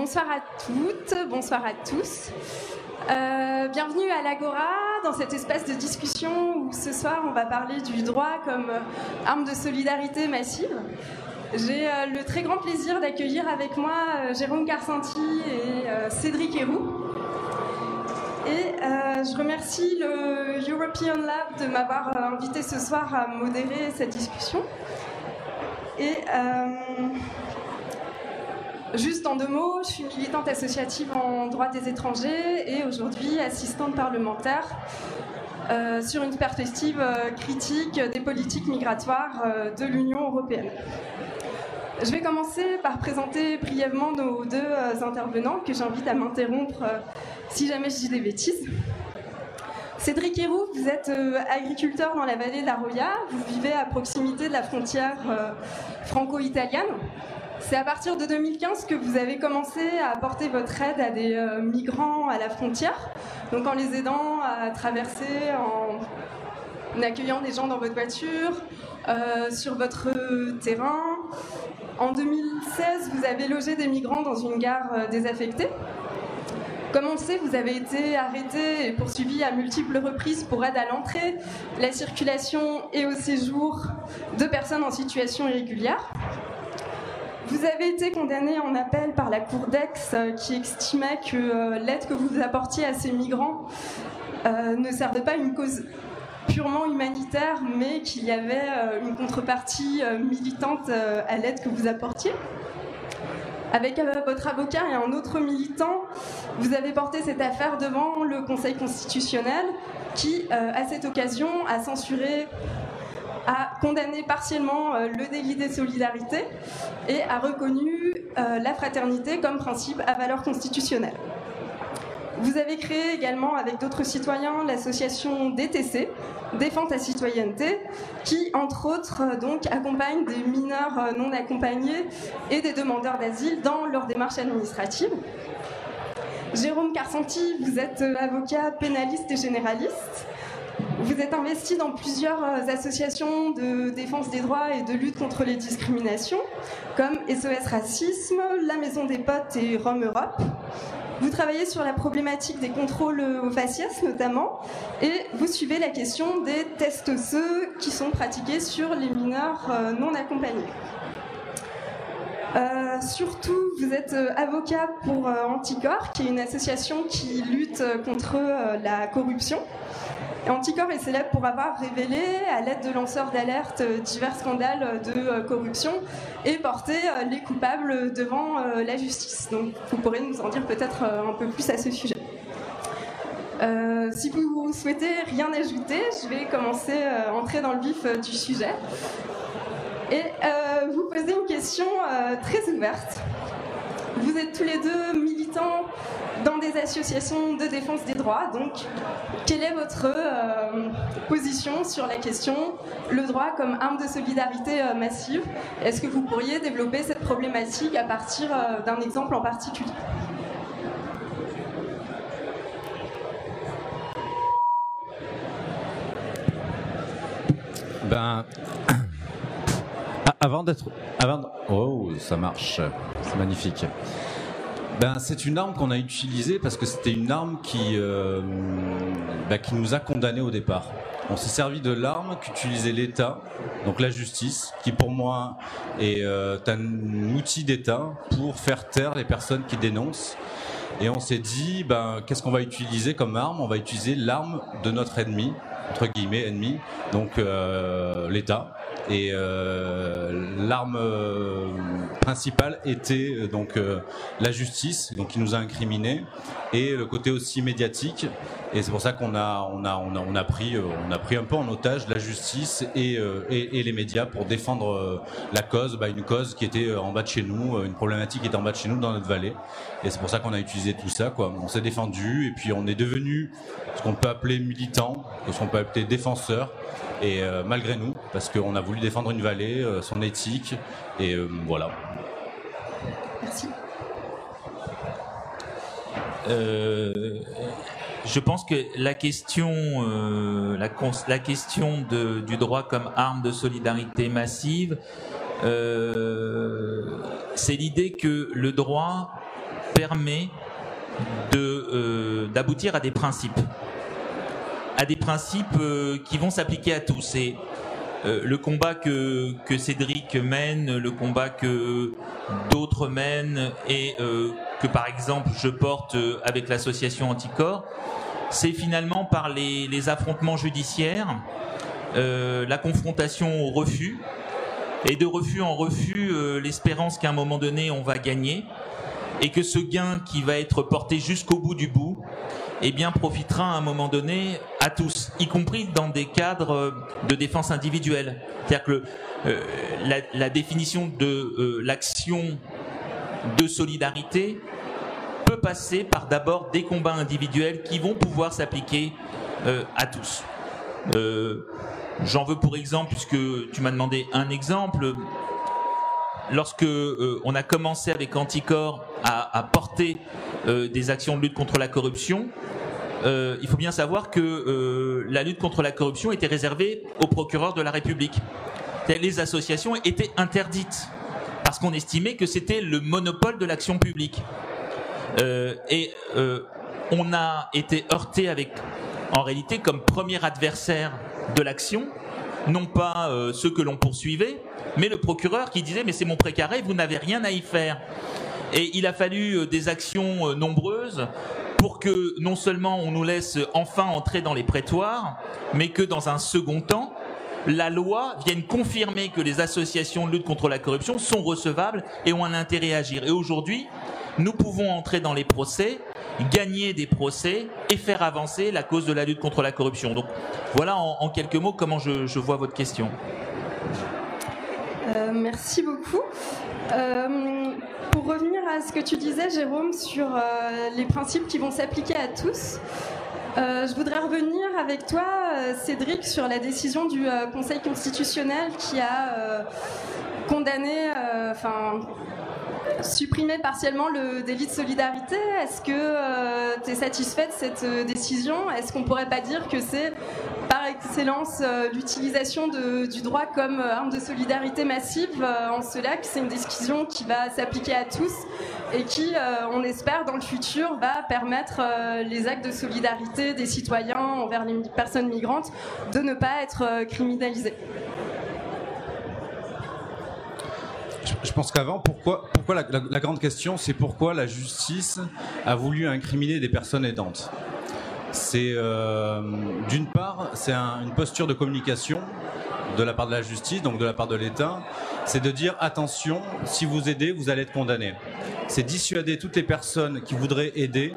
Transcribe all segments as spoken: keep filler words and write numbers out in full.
bonsoir à toutes, bonsoir à tous. Euh, bienvenue à l'Agora, dans cet espace de discussion où ce soir on va parler du droit comme arme de solidarité massive. J'ai euh, le très grand plaisir d'accueillir avec moi euh, Jérôme Karsanti et euh, Cédric Héroux. Et euh, je remercie le European Lab de m'avoir euh, invité ce soir à modérer cette discussion. Et euh, juste en deux mots, je suis militante associative en droit des étrangers et aujourd'hui assistante parlementaire euh, sur une perspective euh, critique des politiques migratoires euh, de l'Union européenne. Je vais commencer par présenter brièvement nos deux euh, intervenants que j'invite à m'interrompre euh, si jamais je dis des bêtises. Cédric Héroux, vous êtes euh, agriculteur dans la vallée de la Roya, vous vivez à proximité de la frontière euh, franco-italienne. C'est à partir de deux mille quinze que vous avez commencé à apporter votre aide à des euh, migrants à la frontière, donc en les aidant à traverser, en accueillant des gens dans votre voiture, euh, sur votre terrain. En deux mille seize, vous avez logé des migrants dans une gare euh, désaffectée. Comme on le sait, vous avez été arrêté et poursuivi à multiples reprises pour aide à l'entrée, la circulation et au séjour de personnes en situation irrégulière. Vous avez été condamné en appel par la Cour d'Aix euh, qui estimait que euh, l'aide que vous apportiez à ces migrants euh, ne servait pas à une cause purement humanitaire, mais qu'il y avait euh, une contrepartie euh, militante euh, à l'aide que vous apportiez. Avec euh, votre avocat et un autre militant, vous avez porté cette affaire devant le Conseil constitutionnel qui, euh, à cette occasion, a censuré, a condamné partiellement euh, le délit des solidarités et a reconnu euh, la fraternité comme principe à valeur constitutionnelle. Vous avez créé également avec d'autres citoyens l'association D T C, Défendre ta citoyenneté, qui entre autres euh, donc accompagne des mineurs euh, non accompagnés et des demandeurs d'asile dans leur démarche administrative. Jérôme Karsanti, vous êtes euh, avocat pénaliste et généraliste. Vous êtes investi dans plusieurs euh, associations de défense des droits et de lutte contre les discriminations, comme S O S Racisme, la Maison des Potes et Rome Europe. Vous travaillez sur la problématique des contrôles au faciès notamment, et vous suivez la question des tests osseux qui sont pratiqués sur les mineurs euh, non accompagnés. Euh, surtout, vous êtes euh, avocat pour euh, Anticorps, qui est une association qui lutte contre euh, la corruption. Et Anticorps est célèbre pour avoir révélé, à l'aide de lanceurs d'alerte, euh, divers scandales de euh, corruption et porté euh, les coupables devant euh, la justice. Donc, vous pourrez nous en dire peut-être euh, un peu plus à ce sujet. Euh, si vous souhaitez rien ajouter, je vais commencer à euh, entrer dans le vif euh, du sujet. Et euh, vous poser une question euh, très ouverte. Vous êtes tous les deux militants dans des associations de défense des droits, donc quelle est votre euh, position sur la question le droit comme arme de solidarité euh, massive? Est-ce que vous pourriez développer cette problématique à partir euh, d'un exemple en particulier? Ben, avant d'être, avant, de... oh, ça marche, c'est magnifique. Ben, c'est une arme qu'on a utilisée parce que c'était une arme qui, euh, ben, qui nous a condamnés au départ. On s'est servi de l'arme qu'utilisait l'État, donc la justice, qui pour moi est euh, un outil d'État pour faire taire les personnes qui dénoncent. Et on s'est dit, ben, qu'est-ce qu'on va utiliser comme arme? On va utiliser l'arme de notre ennemi, entre guillemets ennemi, donc euh, l'État. Et euh, l'arme euh, principale était euh, donc euh, la justice, donc qui nous a incriminés, et le côté aussi médiatique. Et c'est pour ça qu'on a on a on a on a pris euh, on a pris un peu en otage la justice et euh, et, et les médias pour défendre euh, la cause, bah, une cause qui était en bas de chez nous, une problématique qui était en bas de chez nous dans notre vallée. Et c'est pour ça qu'on a utilisé tout ça, quoi. On s'est défendu et puis on est devenu ce qu'on peut appeler militant, ce qu'on peut appeler défenseur. Et euh, malgré nous, parce qu'on a voulu défendre une vallée, euh, son éthique, et euh, voilà. Merci. Euh, je pense que la question, euh, la, la question de, du droit comme arme de solidarité massive, euh, c'est l'idée que le droit permet de, euh, d'aboutir à des principes, à des principes euh, qui vont s'appliquer à tous. Et euh, le combat que, que Cédric mène, le combat que d'autres mènent et euh, que par exemple je porte euh, avec l'association Anticorps, c'est finalement par les, les affrontements judiciaires, euh, la confrontation au refus, et de refus en refus, euh, l'espérance qu'à un moment donné on va gagner, et que ce gain qui va être porté jusqu'au bout du bout, eh bien profitera à un moment donné à tous, y compris dans des cadres de défense individuelle. C'est-à-dire que euh, la, la définition de euh, l'action de solidarité peut passer par d'abord des combats individuels qui vont pouvoir s'appliquer euh, à tous. Euh, j'en veux pour exemple, puisque tu m'as demandé un exemple, lorsque euh, on a commencé avec Anticorps à, à porter euh, des actions de lutte contre la corruption, euh, il faut bien savoir que euh, la lutte contre la corruption était réservée aux procureurs de la République. Les associations étaient interdites parce qu'on estimait que c'était le monopole de l'action publique. Euh, et euh, on a été heurté avec, en réalité, comme premier adversaire de l'action, non pas euh, ceux que l'on poursuivait, mais le procureur qui disait « mais c'est mon précaré, vous n'avez rien à y faire ». Et il a fallu euh, des actions euh, nombreuses pour que non seulement on nous laisse enfin entrer dans les prétoires, mais que dans un second temps, la loi vienne confirmer que les associations de lutte contre la corruption sont recevables et ont un intérêt à agir. Et aujourd'hui, nous pouvons entrer dans les procès, gagner des procès et faire avancer la cause de la lutte contre la corruption. Donc voilà en, en quelques mots comment je, je vois votre question. Euh, merci beaucoup. Euh, pour revenir à ce que tu disais, Jérôme, sur euh, les principes qui vont s'appliquer à tous, euh, je voudrais revenir avec toi, euh, Cédric, sur la décision du euh, Conseil constitutionnel qui a euh, condamné, enfin, euh, supprimé partiellement le délit de solidarité. Est-ce que euh, tu es satisfait de cette euh, décision? Est-ce qu'on ne pourrait pas dire que c'est par excellence euh, l'utilisation de, du droit comme euh, arme de solidarité massive, euh, en cela que c'est une décision qui va s'appliquer à tous et qui, euh, on espère, dans le futur, va permettre euh, les actes de solidarité des citoyens envers les personnes migrantes de ne pas être euh, criminalisés? Je pense qu'avant, pourquoi, pourquoi la, la, la grande question, c'est pourquoi la justice a voulu incriminer des personnes aidantes. C'est euh, d'une part, c'est un, une posture de communication de la part de la justice, donc de la part de l'État, c'est de dire attention, si vous aidez, vous allez être condamné. C'est dissuader toutes les personnes qui voudraient aider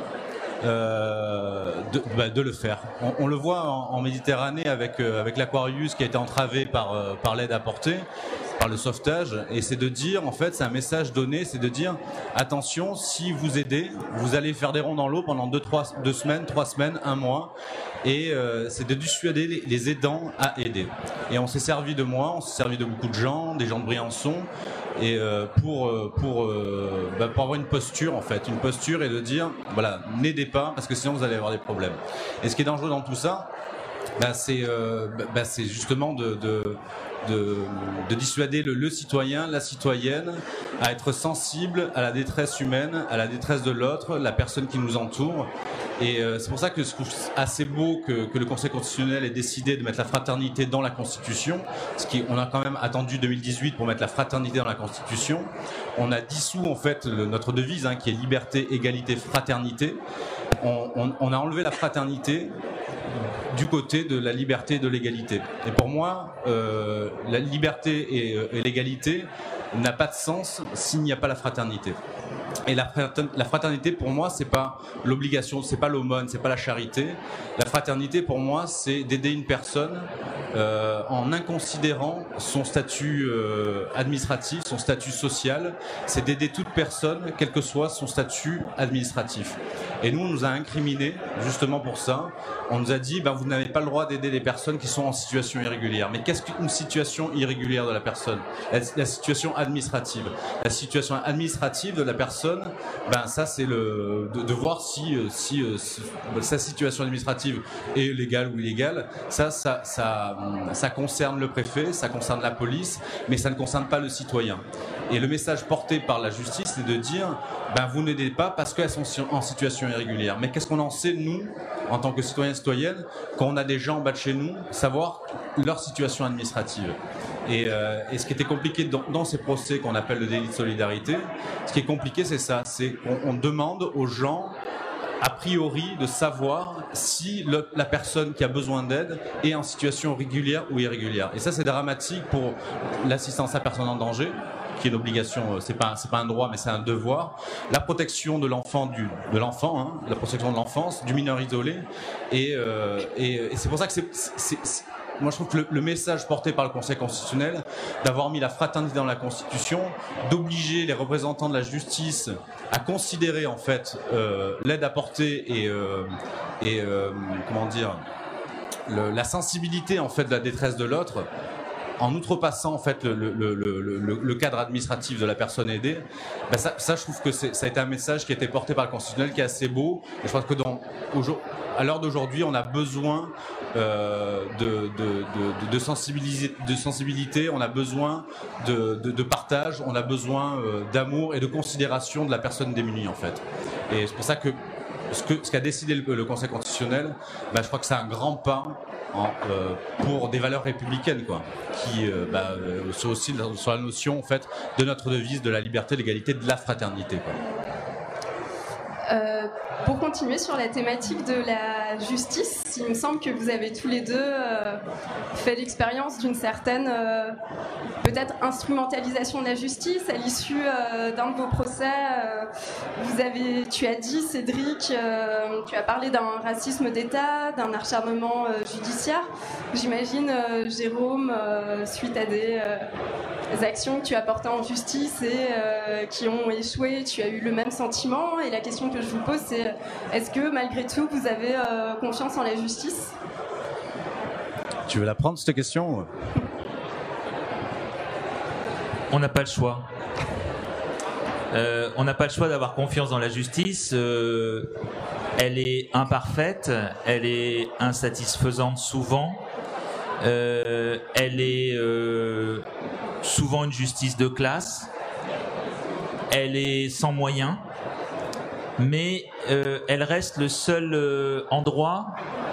euh, de, bah, de le faire. On, on le voit en, en Méditerranée avec, euh, avec l'Aquarius qui a été entravé par, euh, par l'aide apportée, par le sauvetage, et c'est de dire, en fait, c'est un message donné, c'est de dire attention, si vous aidez, vous allez faire des ronds dans l'eau pendant deux, trois, deux semaines, trois semaines, un mois, et euh, c'est de dissuader les, les aidants à aider. Et on s'est servi de moi, on s'est servi de beaucoup de gens, des gens de Briançon, et euh, pour, pour, euh, bah, pour avoir une posture, en fait, une posture et de dire, voilà, n'aidez pas, parce que sinon vous allez avoir des problèmes. Et ce qui est dangereux dans tout ça, bah, c'est euh, bah, c'est justement de... de De, de dissuader le, le citoyen, la citoyenne à être sensible à la détresse humaine, à la détresse de l'autre, la personne qui nous entoure. Et euh, c'est pour ça que je trouve assez beau que, que le Conseil constitutionnel ait décidé de mettre la fraternité dans la Constitution, ce qui, on a quand même attendu deux mille dix-huit pour mettre la fraternité dans la Constitution. On a dissous en fait le, notre devise hein, qui est liberté, égalité, fraternité. On, on, on a enlevé la fraternité du côté de la liberté et de l'égalité. Et pour moi, euh, la liberté et, et l'égalité n'a pas de sens s'il n'y a pas la fraternité. Et la, la fraternité, pour moi, c'est pas l'obligation, c'est pas l'aumône, c'est pas la charité. La fraternité, pour moi, c'est d'aider une personne euh, en inconsidérant son statut euh, administratif, son statut social. C'est d'aider toute personne, quel que soit son statut administratif. Et nous, on nous a incriminés justement pour ça. On nous a dit, ben, vous n'avez pas le droit d'aider les personnes qui sont en situation irrégulière. Mais qu'est-ce qu'une situation irrégulière de la personne? la, la situation administrative. La situation administrative de la personne, ben ça c'est le de, de voir si, si, si sa situation administrative est légale ou illégale. Ça, ça, ça, ça concerne le préfet, ça concerne la police, mais ça ne concerne pas le citoyen. Et le message porté par la justice, c'est de dire, ben, vous n'aidez pas parce qu'elles sont en situation irrégulière. Mais qu'est-ce qu'on en sait, nous, en tant que citoyens et citoyennes, quand on a des gens en bas de chez nous, savoir leur situation administrative. Et, euh, et ce qui était compliqué dans, dans ces procès qu'on appelle le délit de solidarité, ce qui est compliqué, c'est ça, c'est qu'on on demande aux gens, a priori, de savoir si le, la personne qui a besoin d'aide est en situation régulière ou irrégulière. Et ça, c'est dramatique pour l'assistance à personne en danger, qui est une obligation, c'est pas, c'est pas un droit, mais c'est un devoir. La protection de l'enfant, du, de l'enfant, hein, la protection de l'enfance, du mineur isolé. Et, euh, et, et c'est pour ça que c'est, c'est, c'est moi, je trouve que le, le message porté par le Conseil constitutionnel, d'avoir mis la fraternité dans la Constitution, d'obliger les représentants de la justice à considérer en fait euh, l'aide apportée et, euh, et euh, comment dire, le, la sensibilité en fait de la détresse de l'autre, en outrepassant en fait le, le, le, le, le cadre administratif de la personne aidée, ben ça, ça je trouve que c'est, ça a été un message qui a été porté par le constitutionnel, qui est assez beau. Et je pense que dans, à l'heure d'aujourd'hui, on a besoin euh, de, de, de, de, sensibiliser, de sensibilité, on a besoin de, de, de partage, on a besoin euh, d'amour et de considération de la personne démunie en fait. Et c'est pour ça que ce que ce qu'a décidé le, le Conseil constitutionnel, ben je crois que c'est un grand pas En, euh, pour des valeurs républicaines, quoi, qui euh, bah, euh, sont aussi sur la notion en fait de notre devise de la liberté, de l'égalité, de la fraternité, quoi. Euh, pour continuer sur la thématique de la justice, il me semble que vous avez tous les deux euh, fait l'expérience d'une certaine euh, peut-être instrumentalisation de la justice à l'issue euh, d'un de vos procès. Euh, vous avez, tu as dit, Cédric, euh, tu as parlé d'un racisme d'État, d'un acharnement euh, judiciaire. J'imagine, euh, Jérôme, euh, suite à des euh, actions que tu as portées en justice et euh, qui ont échoué, tu as eu le même sentiment. Et la question que je vous pose, c'est est-ce que malgré tout, vous avez euh, confiance en la justice ? Tu veux la prendre, cette question ? On n'a pas le choix. Euh, on n'a pas le choix d'avoir confiance dans la justice. Euh, elle est imparfaite, elle est insatisfaisante souvent. Euh, elle est euh, souvent une justice de classe. Elle est sans moyens. Mais euh, elle reste le seul euh, endroit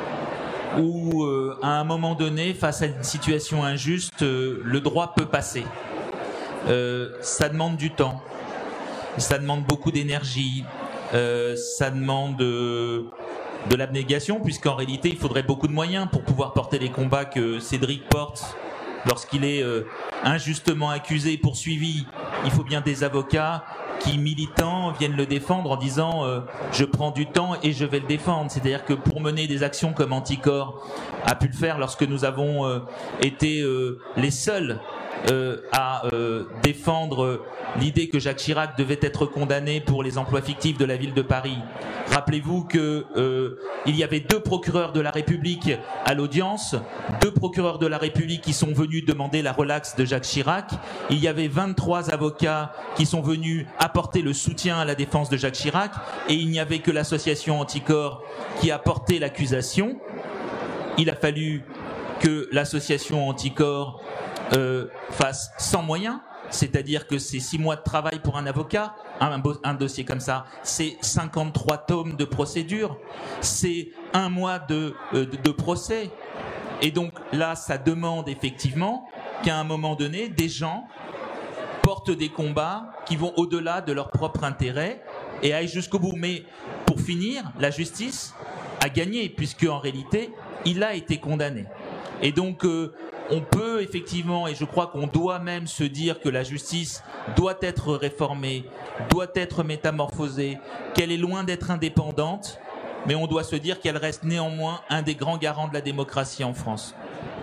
où, euh, à un moment donné, face à une situation injuste, euh, le droit peut passer. Euh, ça demande du temps, ça demande beaucoup d'énergie, euh, ça demande euh, de l'abnégation, puisqu'en réalité, il faudrait beaucoup de moyens pour pouvoir porter les combats que Cédric porte lorsqu'il est euh, injustement accusé, poursuivi. Il faut bien des avocats qui, militants, viennent le défendre en disant euh, je prends du temps et je vais le défendre. C'est-à-dire que pour mener des actions comme Anticorps a pu le faire lorsque nous avons euh, été euh, les seuls euh, à euh, défendre l'idée que Jacques Chirac devait être condamné pour les emplois fictifs de la ville de Paris. Rappelez-vous que euh, il y avait deux procureurs de la République à l'audience, deux procureurs de la République qui sont venus demander la relaxe de Jacques Chirac. Il y avait vingt-trois avocats qui sont venus apporter le soutien à la défense de Jacques Chirac, et il n'y avait que l'association Anticorps qui a porté l'accusation. Il a fallu que l'association Anticorps euh, fasse sans moyens. C'est-à-dire que c'est six mois de travail pour un avocat, un, un dossier comme ça, c'est cinquante-trois tomes de procédure, c'est un mois de, de, de procès. Et donc là, ça demande effectivement qu'à un moment donné, des gens portent des combats qui vont au-delà de leur propre intérêt et aillent jusqu'au bout. Mais pour finir, la justice a gagné, puisque en réalité, il a été condamné. Et donc, euh, on peut effectivement, et je crois qu'on doit même se dire que la justice doit être réformée, doit être métamorphosée, qu'elle est loin d'être indépendante, mais on doit se dire qu'elle reste néanmoins un des grands garants de la démocratie en France.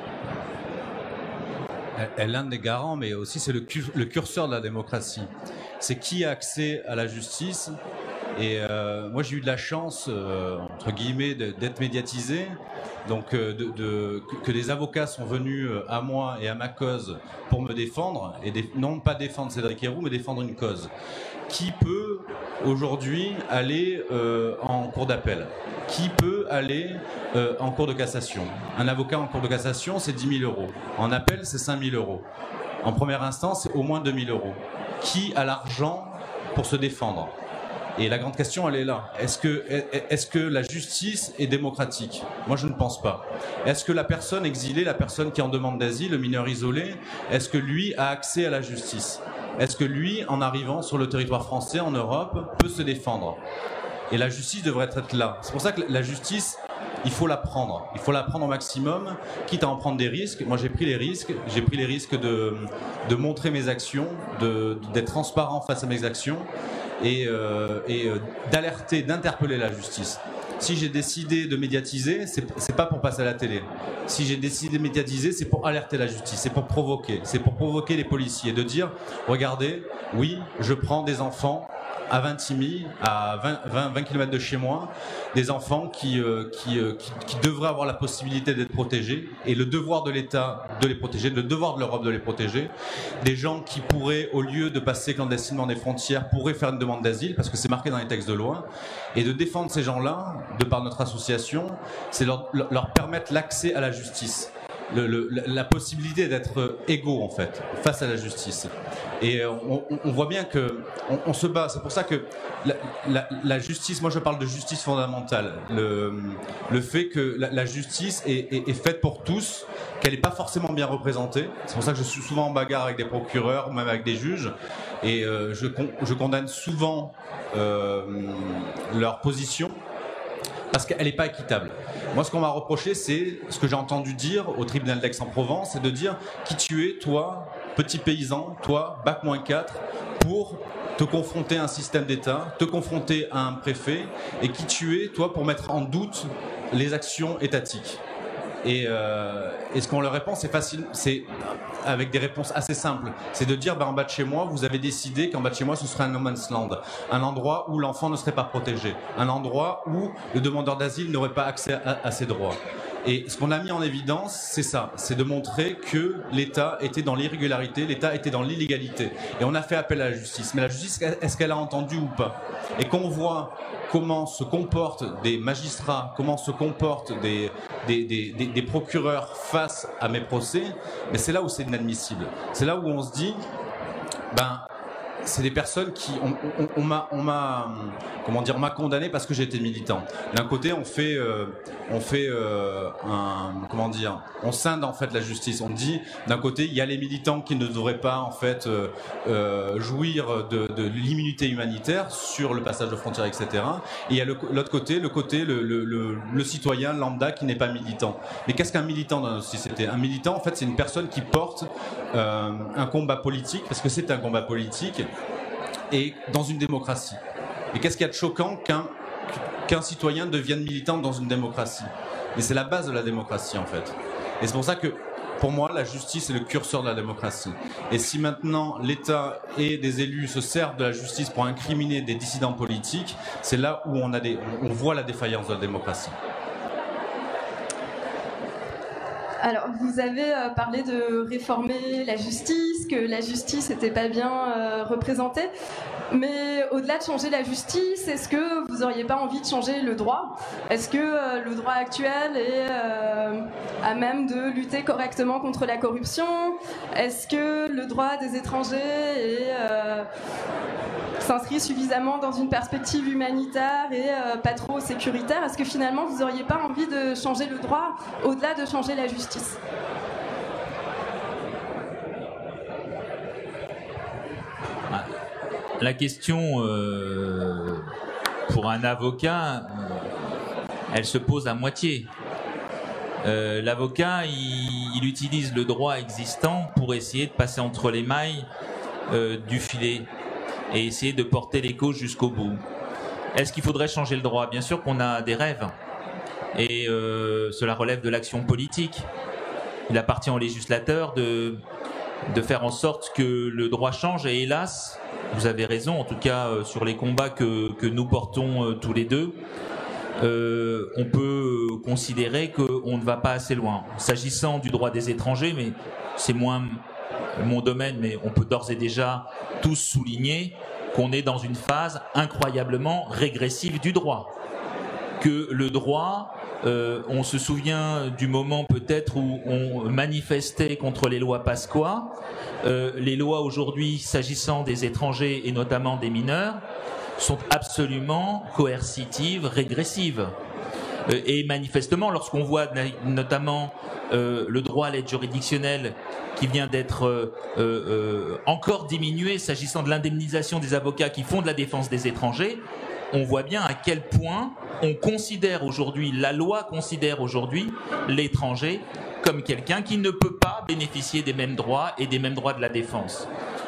Elle est l'un des garants, mais aussi c'est le, cur- le curseur de la démocratie. C'est qui a accès à la justice. Et euh, moi, j'ai eu de la chance, euh, entre guillemets, de, d'être médiatisé. Donc, euh, de, de, que des avocats sont venus à moi et à ma cause pour me défendre. Et dé- non pas défendre Cédric Herrou, mais défendre une cause. Qui peut aujourd'hui aller euh, en cour d'appel ? Qui peut aller euh, en cour de cassation ? Un avocat en cour de cassation, c'est dix mille euros. En appel, c'est cinq mille euros. En première instance, c'est au moins deux mille euros. qui a l'argent pour se défendre. Et la grande question, elle est là. Est-ce que, est-ce que la justice est démocratique? Moi, je ne pense pas. Est-ce que la personne exilée, la personne qui est en demande d'asile, le mineur isolé, est-ce que lui a accès à la justice? Est-ce que lui, en arrivant sur le territoire français, en Europe, peut se défendre? Et la justice devrait être là. C'est pour ça que la justice, il faut la prendre. Il faut la prendre au maximum, quitte à en prendre des risques. Moi, j'ai pris les risques. J'ai pris les risques de, de montrer mes actions, de, d'être transparent face à mes actions et, euh, et euh, d'alerter, d'interpeller la justice. Si j'ai décidé de médiatiser, c'est, c'est pas pour passer à la télé. Si j'ai décidé de médiatiser, c'est pour alerter la justice, c'est pour provoquer, c'est pour provoquer les policiers, de dire, regardez, oui, je prends des enfants à Vintimille, à vingt kilomètres de chez moi, des enfants qui, euh, qui, euh, qui, qui devraient avoir la possibilité d'être protégés, et le devoir de l'État de les protéger, le devoir de l'Europe de les protéger, des gens qui pourraient, au lieu de passer clandestinement des frontières, pourraient faire une demande d'asile, parce que c'est marqué dans les textes de loi, et de défendre ces gens-là, de par notre association, c'est leur, leur permettre l'accès à la justice. Le, le, la possibilité d'être égaux en fait face à la justice, et on, on, on voit bien que on, on se bat. C'est pour ça que la, la, la justice, moi je parle de justice fondamentale, le, le fait que la, la justice est, est, est faite pour tous, qu'elle n'est pas forcément bien représentée. C'est pour ça que je suis souvent en bagarre avec des procureurs, même avec des juges, et euh, je, je condamne souvent euh, leur position, parce qu'elle n'est pas équitable. Moi, ce qu'on m'a reproché, c'est ce que j'ai entendu dire au tribunal d'Aix-en-Provence, c'est de dire qui tu es, toi, petit paysan, toi, bac moins quatre, pour te confronter à un système d'État, te confronter à un préfet, et qui tu es, toi, pour mettre en doute les actions étatiques. Et, euh, et ce qu'on leur répond, c'est facile, c'est avec des réponses assez simples. C'est de dire, ben, en bas de chez moi, vous avez décidé qu'en bas de chez moi, ce serait un no man's land, un endroit où l'enfant ne serait pas protégé, un endroit où le demandeur d'asile n'aurait pas accès à, à ses droits. Et ce qu'on a mis en évidence, c'est ça, c'est de montrer que l'État était dans l'irrégularité, l'État était dans l'illégalité. Et on a fait appel à la justice. Mais la justice, est-ce qu'elle a entendu ou pas? Et qu'on voit comment se comportent des magistrats, comment se comportent des, des, des, des, des procureurs face à mes procès, mais c'est là où c'est inadmissible. C'est là où on se dit, ben, c'est des personnes qui on, on, on m'a on m'a comment dire on m'a condamné parce que j'étais militant. D'un côté, on fait euh, on fait euh, un comment dire on scinde en fait la justice. On dit d'un côté, il y a les militants qui ne devraient pas en fait euh, euh, jouir de, de l'immunité humanitaire sur le passage de frontières, et cetera. Et il y a le, l'autre côté, le côté le, le, le, le citoyen lambda qui n'est pas militant. Mais qu'est-ce qu'un militant dans notre société? Un militant, en fait, c'est une personne qui porte euh, un combat politique, parce que c'est un combat politique, et dans une démocratie. Et qu'est-ce qu'il y a de choquant qu'un qu'un citoyen devienne militant dans une démocratie? Mais c'est la base de la démocratie en fait. Et c'est pour ça que pour moi la justice est le curseur de la démocratie. Et si maintenant l'État et des élus se servent de la justice pour incriminer des dissidents politiques, c'est là où on a des, on voit la défaillance de la démocratie. Alors, vous avez euh, parlé de réformer la justice, que la justice n'était pas bien euh, représentée. Mais au-delà de changer la justice, est-ce que vous n'auriez pas envie de changer le droit? Est-ce que euh, le droit actuel est euh, à même de lutter correctement contre la corruption? Est-ce que le droit des étrangers est... Euh, s'inscrit suffisamment dans une perspective humanitaire et euh, pas trop sécuritaire? Est-ce que finalement vous n'auriez pas envie de changer le droit au-delà de changer la justice? La question euh, pour un avocat, elle se pose à moitié. Euh, l'avocat, il, il utilise le droit existant pour essayer de passer entre les mailles euh, du filet et essayer de porter les causes jusqu'au bout. Est-ce qu'il faudrait changer le droit? Bien sûr qu'on a des rêves, et euh, cela relève de l'action politique. Il appartient aux législateurs de, de faire en sorte que le droit change, et hélas, vous avez raison, en tout cas euh, sur les combats que, que nous portons euh, tous les deux, euh, on peut considérer qu'on ne va pas assez loin. S'agissant du droit des étrangers, mais c'est moins mon domaine, mais on peut d'ores et déjà tous souligner qu'on est dans une phase incroyablement régressive du droit. Que le droit Euh, on se souvient du moment peut-être où on manifestait contre les lois Pasqua. Euh, les lois aujourd'hui, s'agissant des étrangers et notamment des mineurs, sont absolument coercitives, régressives. Euh, et manifestement, lorsqu'on voit notamment euh, le droit à l'aide juridictionnelle qui vient d'être euh, euh, encore diminué s'agissant de l'indemnisation des avocats qui font de la défense des étrangers, on voit bien à quel point on considère aujourd'hui, la loi considère aujourd'hui l'étranger comme quelqu'un qui ne peut pas bénéficier des mêmes droits et des mêmes droits de la défense.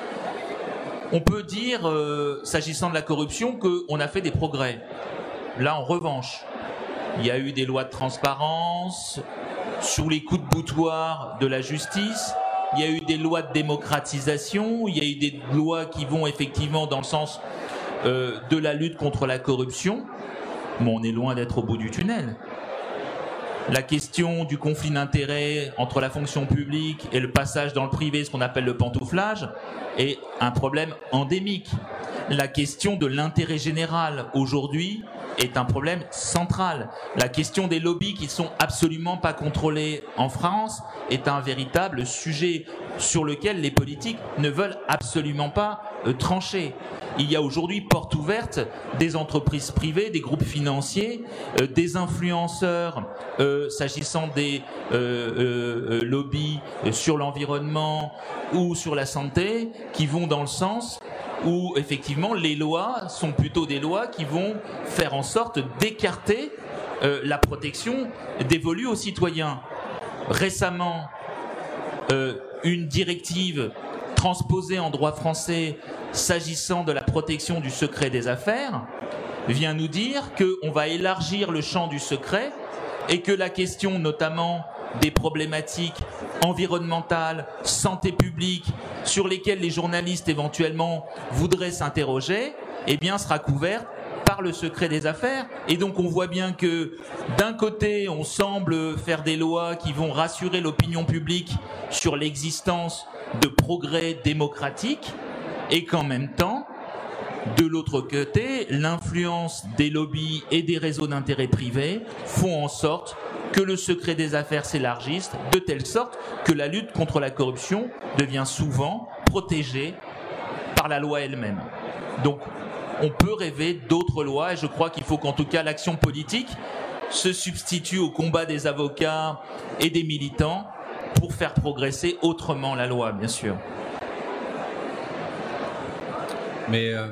On peut dire, euh, s'agissant de la corruption, qu'on a fait des progrès. Là, en revanche, il y a eu des lois de transparence, sous les coups de boutoir de la justice, il y a eu des lois de démocratisation, il y a eu des lois qui vont effectivement dans le sens euh, de la lutte contre la corruption, mais on est loin d'être au bout du tunnel. La question du conflit d'intérêts entre la fonction publique et le passage dans le privé, ce qu'on appelle le pantouflage, est un problème endémique. La question de l'intérêt général aujourd'hui est un problème central. La question des lobbies qui ne sont absolument pas contrôlés en France est un véritable sujet sur lequel les politiques ne veulent absolument pas euh, trancher. Il y a aujourd'hui porte ouverte des entreprises privées, des groupes financiers, euh, des influenceurs euh, s'agissant des euh, euh, lobbies sur l'environnement ou sur la santé qui vont dans le sens où effectivement les lois sont plutôt des lois qui vont faire en sorte d'écarter euh, la protection dévolue aux citoyens. Récemment, euh, une directive transposée en droit français s'agissant de la protection du secret des affaires vient nous dire qu'on va élargir le champ du secret et que la question notamment des problématiques environnementales, santé publique, sur lesquelles les journalistes éventuellement voudraient s'interroger, eh bien sera couverte par le secret des affaires. Et donc on voit bien que d'un côté on semble faire des lois qui vont rassurer l'opinion publique sur l'existence de progrès démocratiques et qu'en même temps, de l'autre côté, l'influence des lobbies et des réseaux d'intérêt privés font en sorte que le secret des affaires s'élargisse de telle sorte que la lutte contre la corruption devient souvent protégée par la loi elle-même. Donc, on peut rêver d'autres lois et je crois qu'il faut qu'en tout cas l'action politique se substitue au combat des avocats et des militants pour faire progresser autrement la loi, bien sûr. Mais euh,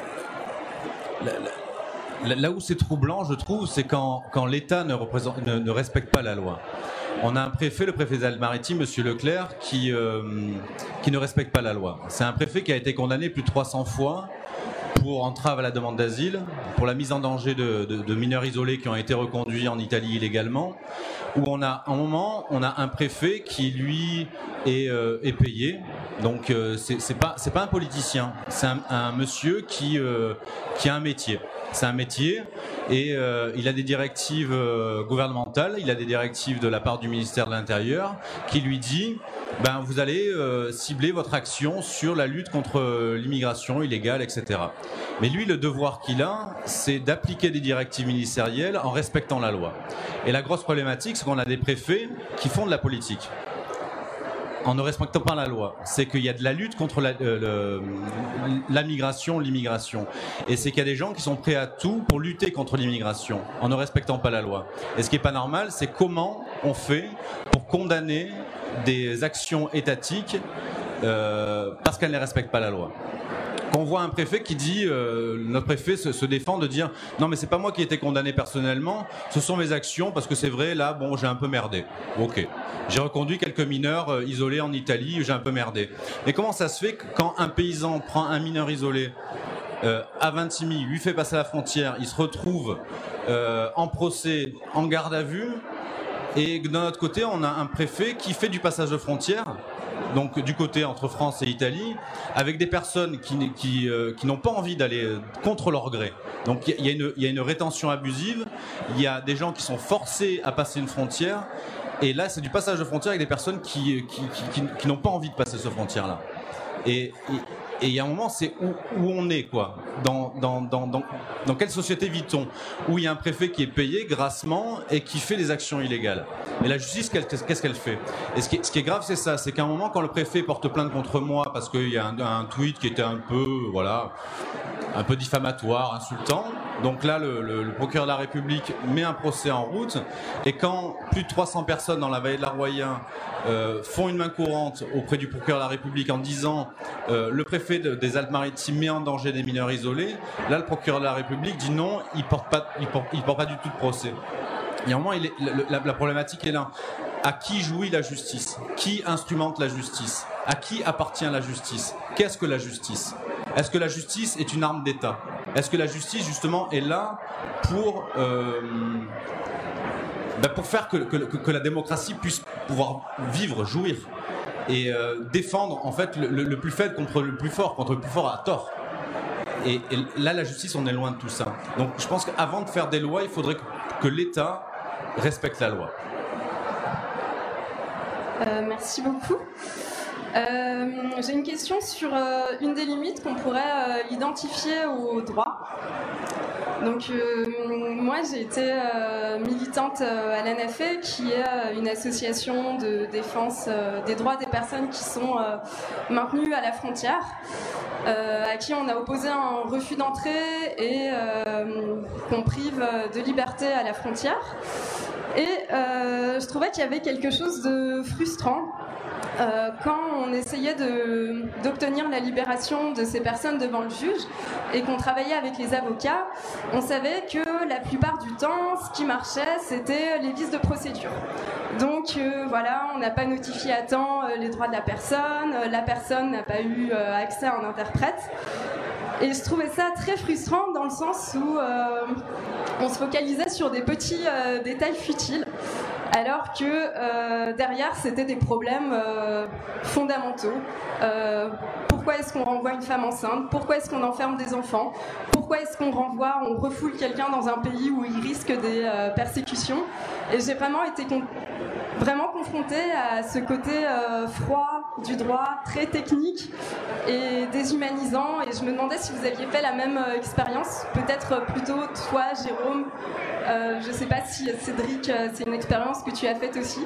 la, la, là où c'est troublant, je trouve, c'est quand, quand l'État ne, représente, ne, ne respecte pas la loi. On a un préfet, le préfet des Alpes-Maritimes, Monsieur Leclerc, qui, euh, qui ne respecte pas la loi. C'est un préfet qui a été condamné plus de trois cents fois pour entrave à la demande d'asile, pour la mise en danger de, de, de mineurs isolés qui ont été reconduits en Italie illégalement, où on a un moment, on a un préfet qui lui est, euh, est payé. Donc euh, c'est, c'est pas c'est pas un politicien, c'est un, un monsieur qui euh, qui a un métier. C'est un métier et euh, il a des directives euh, gouvernementales, il a des directives de la part du ministère de l'Intérieur qui lui dit ben vous allez euh, cibler votre action sur la lutte contre euh, l'immigration illégale, et cetera. Mais lui, le devoir qu'il a, c'est d'appliquer des directives ministérielles en respectant la loi. Et la grosse problématique, c'est qu'on a des préfets qui font de la politique en ne respectant pas la loi. C'est qu'il y a de la lutte contre la, euh, le, la migration, l'immigration. Et c'est qu'il y a des gens qui sont prêts à tout pour lutter contre l'immigration, en ne respectant pas la loi. Et ce qui n'est pas normal, c'est comment on fait pour condamner des actions étatiques euh, parce qu'elles ne respectent pas la loi. Quand on voit un préfet qui dit, euh, notre préfet se, se défend de dire non mais c'est pas moi qui ai été condamné personnellement, ce sont mes actions parce que c'est vrai là bon j'ai un peu merdé. Ok, j'ai reconduit quelques mineurs euh, isolés en Italie, j'ai un peu merdé. Mais comment ça se fait que quand un paysan prend un mineur isolé euh, à Vintimille, lui fait passer la frontière, il se retrouve euh, en procès, en garde à vue, et de notre côté on a un préfet qui fait du passage de frontière, donc du côté entre France et Italie, avec des personnes qui, qui, euh, qui n'ont pas envie d'aller contre leur gré. Donc il y, y, y a une rétention abusive, il y a des gens qui sont forcés à passer une frontière, et là c'est du passage de frontière avec des personnes qui, qui, qui, qui, qui n'ont pas envie de passer cette frontière-là. Et il y a un moment, c'est où, où on est, quoi. Dans, dans, dans, dans, dans quelle société vit-on? Où il y a un préfet qui est payé grassement et qui fait des actions illégales. Et la justice, qu'est-ce qu'elle fait? Et ce qui est, ce qui est grave, c'est ça. C'est qu'à un moment, quand le préfet porte plainte contre moi parce qu'il y a un, un tweet qui était un peu, voilà, un peu diffamatoire, insultant. Donc là, le, le, le procureur de la République met un procès en route. Et quand plus de trois cents personnes dans la vallée de l'Arroyen euh, font une main courante auprès du procureur de la République en disant euh, le préfet de, des Alpes-Maritimes met en danger des mineurs isolés, là, le procureur de la République dit non, il porte pas, il porte, il porte pas du tout de procès. Et à un moment, il est, la, la problématique est là. À qui jouit la justice? Qui instrumente la justice? À qui appartient la justice? Qu'est-ce que la justice? Est-ce que la justice est une arme d'État? Est-ce que la justice, justement, est là pour, euh, ben pour faire que, que, que la démocratie puisse pouvoir vivre, jouir et euh, défendre, en fait, le, le plus faible contre le plus fort, contre le plus fort à tort? Et, et là, la justice, on est loin de tout ça. Donc, je pense qu'avant de faire des lois, il faudrait que, que l'État respecte la loi. Euh, merci beaucoup. Euh, j'ai une question sur euh, une des limites qu'on pourrait euh, identifier au droit. Donc, euh, moi, j'ai été euh, militante euh, à l'A N F E, qui est euh, une association de défense euh, des droits des personnes qui sont euh, maintenues à la frontière, euh, à qui on a opposé un refus d'entrée et euh, qu'on prive de liberté à la frontière. Et euh, je trouvais qu'il y avait quelque chose de frustrant euh, quand on essayait de, d'obtenir la libération de ces personnes devant le juge et qu'on travaillait avec les avocats. On savait que la plupart du temps, ce qui marchait, c'était les vices de procédure. Donc euh, voilà, on n'a pas notifié à temps euh, les droits de la personne, euh, la personne n'a pas eu euh, accès à un interprète. Et je trouvais ça très frustrant dans le sens où euh, on se focalisait sur des petits euh, détails futiles, alors que euh, derrière c'était des problèmes euh, fondamentaux. Euh, pourquoi est-ce qu'on renvoie une femme enceinte? Pourquoi est-ce qu'on enferme des enfants? Pourquoi est-ce qu'on renvoie, on refoule quelqu'un dans un pays où il risque des euh, persécutions? Et j'ai vraiment été con- vraiment confrontée à ce côté euh, froid du droit, très technique et déshumanisant. Et je me demandais si vous aviez fait la même euh, expérience, peut-être plutôt toi, Jérôme. Euh, je ne sais pas si Cédric, euh, c'est une expérience que tu as faite aussi.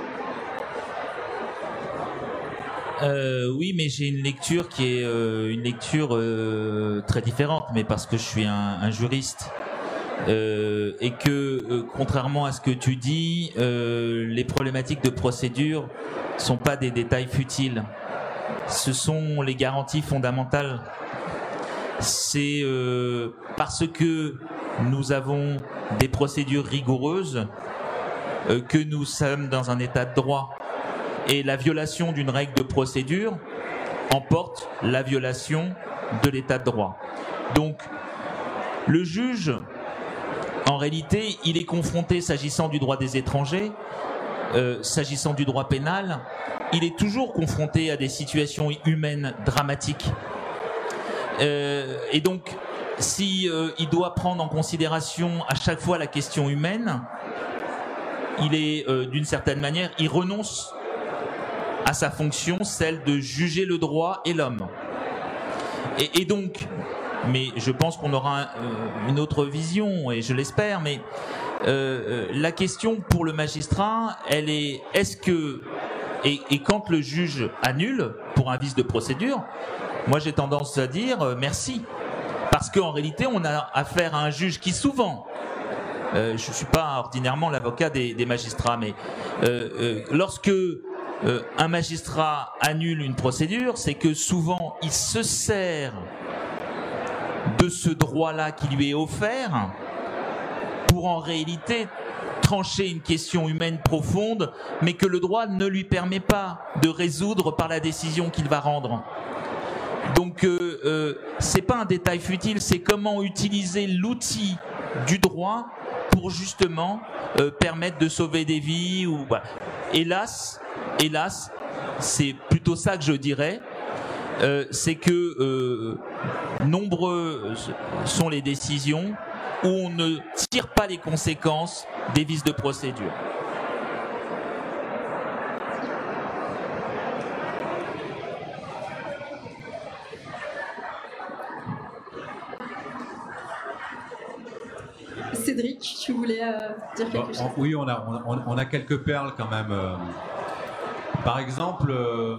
Euh, oui, mais j'ai une lecture qui est euh, une lecture euh, très différente, mais parce que je suis un, un juriste. Euh, et que, euh, contrairement à ce que tu dis, euh, les problématiques de procédure sont pas des détails futiles. Ce sont les garanties fondamentales. C'est euh, parce que nous avons des procédures rigoureuses euh, que nous sommes dans un état de droit. Et la violation d'une règle de procédure emporte la violation de l'état de droit. Donc, le juge, en réalité, il est confronté, s'agissant du droit des étrangers, euh, s'agissant du droit pénal, il est toujours confronté à des situations humaines dramatiques. Euh, et donc, si euh, il doit prendre en considération à chaque fois la question humaine, il est, euh, d'une certaine manière, il renonce à sa fonction, celle de juger le droit et l'homme. Et, et donc, mais je pense qu'on aura un, euh, une autre vision, et je l'espère, mais euh, la question pour le magistrat, elle est, est-ce que, et, et quand le juge annule pour un vice de procédure, moi j'ai tendance à dire euh, merci, parce qu'en réalité on a affaire à un juge qui souvent, euh, je ne suis pas ordinairement l'avocat des, des magistrats, mais euh, euh, lorsque euh, un magistrat annule une procédure, c'est que souvent il se sert de ce droit-là qui lui est offert pour en réalité trancher une question humaine profonde, mais que le droit ne lui permet pas de résoudre par la décision qu'il va rendre. Donc euh, euh, c'est pas un détail futile, c'est comment utiliser l'outil du droit pour justement euh, permettre de sauver des vies. Ou bah. Hélas, hélas, c'est plutôt ça que je dirais. Euh, c'est que euh, nombreux sont les décisions où on ne tire pas les conséquences des vices de procédure. Cédric, tu voulais euh, dire quelque bon, chose? Oui, on a, on, on a quelques perles quand même. Euh, par exemple, euh,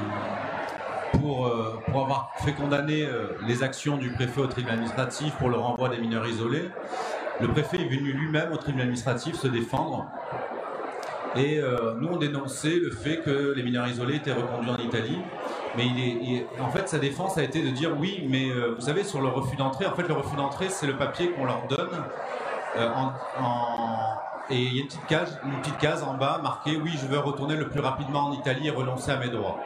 pour, euh, pour avoir fait condamner euh, les actions du préfet au tribunal administratif pour le renvoi des mineurs isolés, le préfet est venu lui-même au tribunal administratif se défendre. Et euh, nous, on dénonçait le fait que les mineurs isolés étaient reconduits en Italie. Mais il est, il, en fait, sa défense a été de dire oui, mais euh, vous savez, sur le refus d'entrée, en fait, le refus d'entrée, c'est le papier qu'on leur donne. Euh, en, en, et il y a une petite, case, une petite case en bas marquée oui, je veux retourner le plus rapidement en Italie et renoncer à mes droits.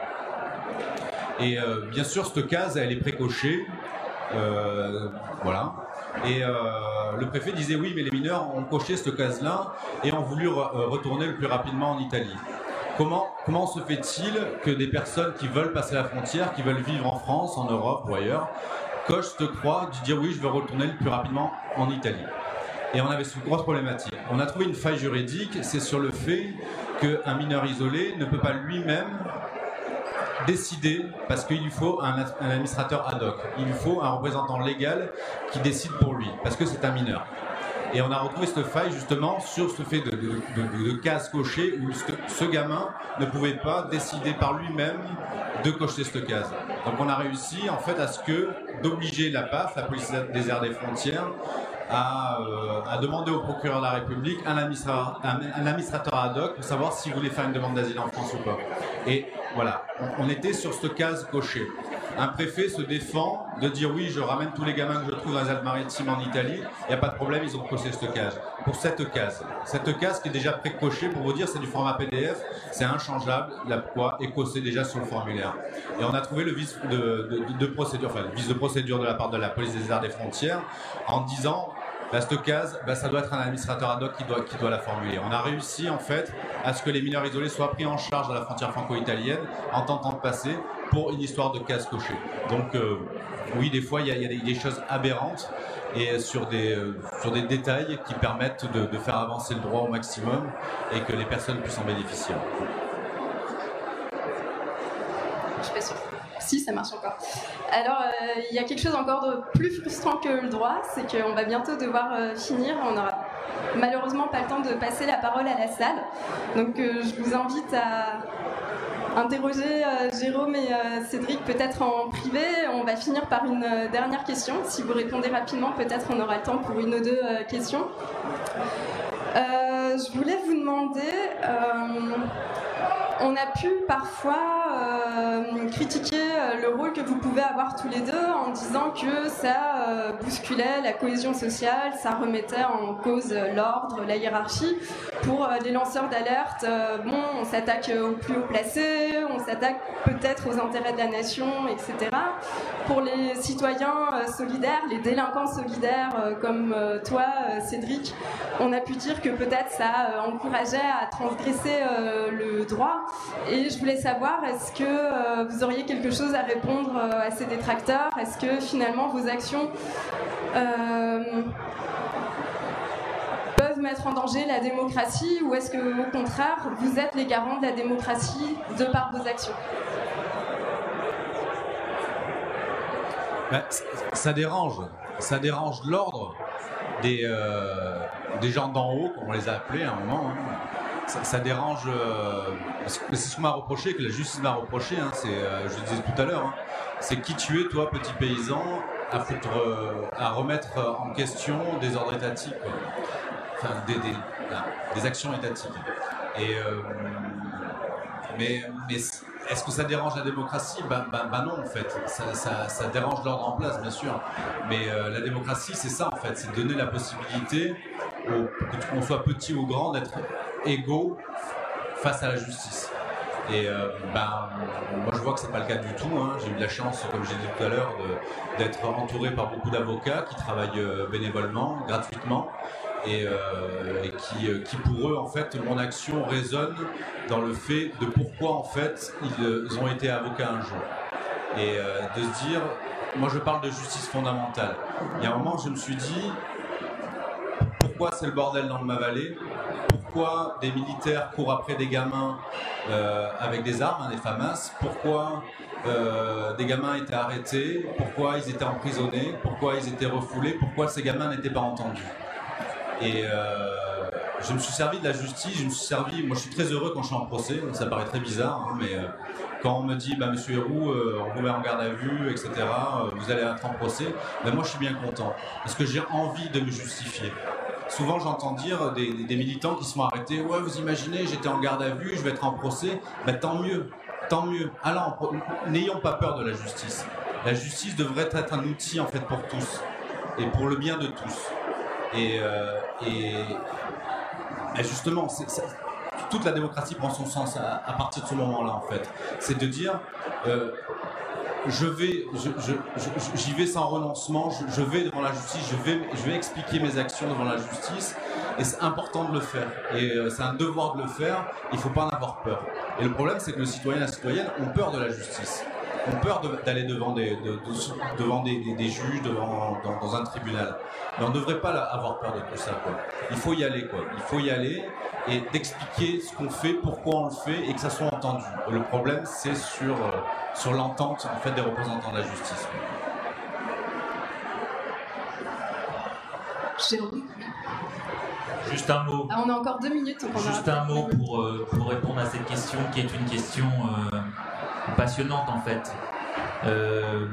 Et euh, bien sûr, cette case, elle est précochée. Euh, voilà. Et euh, le préfet disait oui, mais les mineurs ont coché cette case-là et ont voulu re retourner le plus rapidement en Italie. Comment, comment se fait-il que des personnes qui veulent passer la frontière, qui veulent vivre en France, en Europe ou ailleurs, cochent cette croix de dire oui, je veux retourner le plus rapidement en Italie? Et on avait cette grosse problématique. On a trouvé une faille juridique, c'est sur le fait qu'un mineur isolé ne peut pas lui-même décider, parce qu'il lui faut un, un administrateur ad hoc. Il lui faut un représentant légal qui décide pour lui, parce que c'est un mineur. Et on a retrouvé cette faille justement sur ce fait de, de, de, de case cochée où ce, ce gamin ne pouvait pas décider par lui-même de cocher cette case. Donc on a réussi en fait à ce que d'obliger la P A F, la police des aires des frontières, à, euh, à demander au procureur de la République un administrateur, un, un administrateur ad hoc pour savoir s'il voulait faire une demande d'asile en France ou pas. Et voilà, on, on était sur cette case cochée. Un préfet se défend de dire oui, je ramène tous les gamins que je trouve dans les Alpes-Maritimes en Italie, il n'y a pas de problème, ils ont coché cette case. Pour cette case, cette case qui est déjà pré-cochée, pour vous dire, c'est du format P D F, c'est inchangeable, la quoi est coché déjà sur le formulaire. Et on a trouvé le vice de, de, de, de procédure, enfin le vice de procédure de la part de la police des aires des frontières en disant bah, cette case, bah, ça doit être un administrateur ad hoc qui doit, qui doit la formuler. On a réussi en fait à ce que les mineurs isolés soient pris en charge à la frontière franco-italienne en tentant de passer pour une histoire de case cochée. Donc euh, oui, des fois il y, y a des, des choses aberrantes et sur des, euh, sur des détails qui permettent de, de faire avancer le droit au maximum et que les personnes puissent en bénéficier. Je suis pas sûre. Si, ça marche encore. Alors, euh, il y a quelque chose encore de plus frustrant que le droit, c'est qu'on va bientôt devoir euh, finir. On n'aura malheureusement pas le temps de passer la parole à la salle. Donc, euh, je vous invite à interroger euh, Jérôme et euh, Cédric peut-être en privé. On va finir par une euh, dernière question. Si vous répondez rapidement, peut-être on aura le temps pour une ou deux euh, questions. Euh, je voulais vous demander... Euh, On a pu parfois euh, critiquer euh, le rôle que vous pouvez avoir tous les deux en disant que ça euh, bousculait la cohésion sociale, ça remettait en cause euh, l'ordre, la hiérarchie. Pour euh, les lanceurs d'alerte, euh, bon, on s'attaque aux plus haut placés, on s'attaque peut-être aux intérêts de la nation, et cetera. Pour les citoyens euh, solidaires, les délinquants solidaires euh, comme euh, toi, euh, Cédric, on a pu dire que peut-être ça euh, encourageait à transgresser euh, le droit. Et je voulais savoir, est-ce que euh, vous auriez quelque chose à répondre euh, à ces détracteurs? Est-ce que finalement vos actions euh, peuvent mettre en danger la démocratie, ou est-ce que au contraire vous êtes les garants de la démocratie de par vos actions? Ben, ça dérange, ça dérange l'ordre des, euh, des gens d'en haut, comme on les a appelés à un moment. Hein. Ça, ça dérange, euh, c'est ce qu'on m'a reproché, que la justice m'a reproché, hein, c'est, euh, je le disais tout à l'heure, hein, c'est qui tu es, toi, petit paysan, à, foutre, euh, à remettre en question des ordres étatiques, quoi. Enfin, des, des, des actions étatiques. Et, euh, mais, mais est-ce que ça dérange la démocratie? Ben, ben, ben non, en fait. Ça, ça, ça dérange l'ordre en place, bien sûr. Mais euh, la démocratie, c'est ça, en fait. C'est donner la possibilité, au, qu'on soit petit ou grand, d'être égaux face à la justice. Et euh, ben, moi, je vois que c'est pas le cas du tout. Hein. J'ai eu de la chance, comme j'ai dit tout à l'heure, d'être entouré par beaucoup d'avocats qui travaillent euh, bénévolement, gratuitement. Et, euh, et qui, euh, qui pour eux en fait mon action résonne dans le fait de pourquoi en fait ils, ils ont été avocats un jour, et euh, de se dire, moi je parle de justice fondamentale. Il y a un moment je me suis dit, pourquoi c'est le bordel dans le Mavalais, pourquoi des militaires courent après des gamins euh, avec des armes, hein, des FAMAS, pourquoi euh, des gamins étaient arrêtés, pourquoi ils étaient emprisonnés, pourquoi ils étaient refoulés, pourquoi ces gamins n'étaient pas entendus. Et euh, je me suis servi de la justice, je me suis servi, moi je suis très heureux quand je suis en procès, ça paraît très bizarre, hein, mais euh, quand on me dit, bah, Monsieur Héroux, euh, on vous met en garde à vue, et cetera, euh, vous allez être en procès, ben moi je suis bien content, parce que j'ai envie de me justifier. Souvent j'entends dire des, des militants qui se font arrêter, ouais vous imaginez, j'étais en garde à vue, je vais être en procès, ben tant mieux, tant mieux. Alors n'ayons pas peur de la justice. La justice devrait être un outil en fait pour tous, et pour le bien de tous. Et, euh, et, et justement, c'est, c'est, toute la démocratie prend son sens à, à partir de ce moment-là, en fait. C'est de dire, euh, je vais, je, je, je, j'y vais sans renoncement, je, je vais devant la justice, je vais, je vais expliquer mes actions devant la justice, et c'est important de le faire. Et euh, c'est un devoir de le faire, il ne faut pas en avoir peur. Et le problème, c'est que le citoyen et la citoyenne ont peur de la justice. ont peur de, d'aller devant, des, de, de, devant des, des, des juges, devant, dans, dans un tribunal. Mais on ne devrait pas avoir peur de tout ça, quoi. Il faut y aller, quoi. Il faut y aller et d'expliquer ce qu'on fait, pourquoi on le fait et que ça soit entendu. Et le problème, c'est sur, euh, sur l'entente en fait, des représentants de la justice. Juste un mot. Ah, on a encore deux minutes. Donc on Juste un mot pour, euh, pour répondre à cette question qui est une question euh, passionnante en fait. Euh,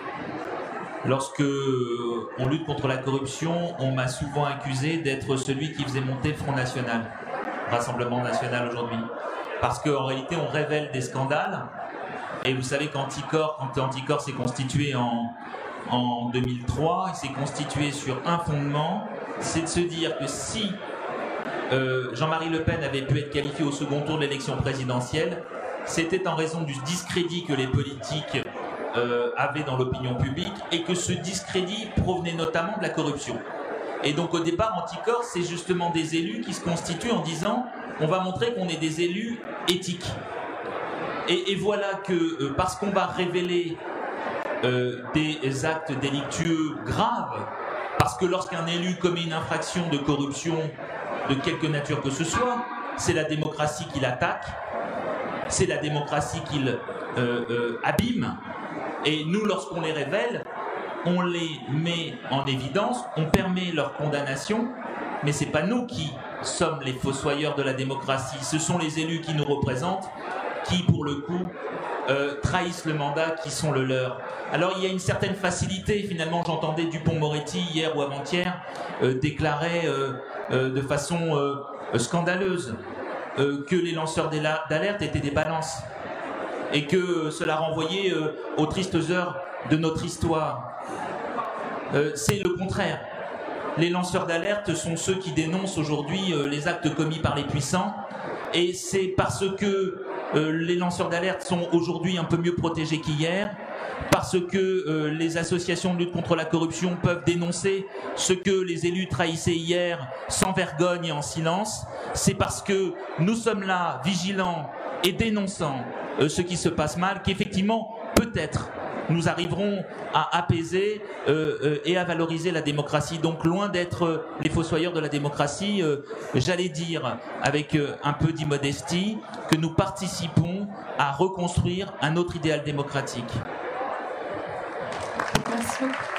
lorsque on lutte contre la corruption, on m'a souvent accusé d'être celui qui faisait monter le Front National, Rassemblement National aujourd'hui. Parce qu'en réalité, on révèle des scandales. Et vous savez qu'Anticor, quand Anticor s'est constitué en, en deux mille trois, il s'est constitué sur un fondement, c'est de se dire que si euh, Jean-Marie Le Pen avait pu être qualifié au second tour de l'élection présidentielle, c'était en raison du discrédit que les politiques euh, avaient dans l'opinion publique et que ce discrédit provenait notamment de la corruption. Et donc au départ, Anticor, c'est justement des élus qui se constituent en disant on va montrer qu'on est des élus éthiques. Et, et voilà que euh, parce qu'on va révéler euh, des actes délictueux graves, parce que lorsqu'un élu commet une infraction de corruption de quelque nature que ce soit, c'est la démocratie qui l'attaque, c'est la démocratie qu'il euh, euh, abîme. Et nous, lorsqu'on les révèle, on les met en évidence, on permet leur condamnation, mais c'est pas nous qui sommes les fossoyeurs de la démocratie, ce sont les élus qui nous représentent, qui, pour le coup, euh, trahissent le mandat qui sont le leur. Alors, il y a une certaine facilité, finalement, j'entendais Dupond-Moretti, hier ou avant-hier, euh, déclarer euh, euh, de façon euh, scandaleuse euh, que les lanceurs d'alerte étaient des balances, et que cela renvoyait euh, aux tristes heures de notre histoire. Euh, c'est le contraire. Les lanceurs d'alerte sont ceux qui dénoncent aujourd'hui euh, les actes commis par les puissants, et c'est parce que euh, les lanceurs d'alerte sont aujourd'hui un peu mieux protégés qu'hier, parce que euh, les associations de lutte contre la corruption peuvent dénoncer ce que les élus trahissaient hier sans vergogne et en silence, c'est parce que nous sommes là, vigilants et dénonçant euh, ce qui se passe mal, qu'effectivement, peut-être, nous arriverons à apaiser euh, euh, et à valoriser la démocratie. Donc loin d'être euh, les fossoyeurs de la démocratie, euh, j'allais dire avec euh, un peu d'immodestie que nous participons à reconstruire un autre idéal démocratique. Merci beaucoup.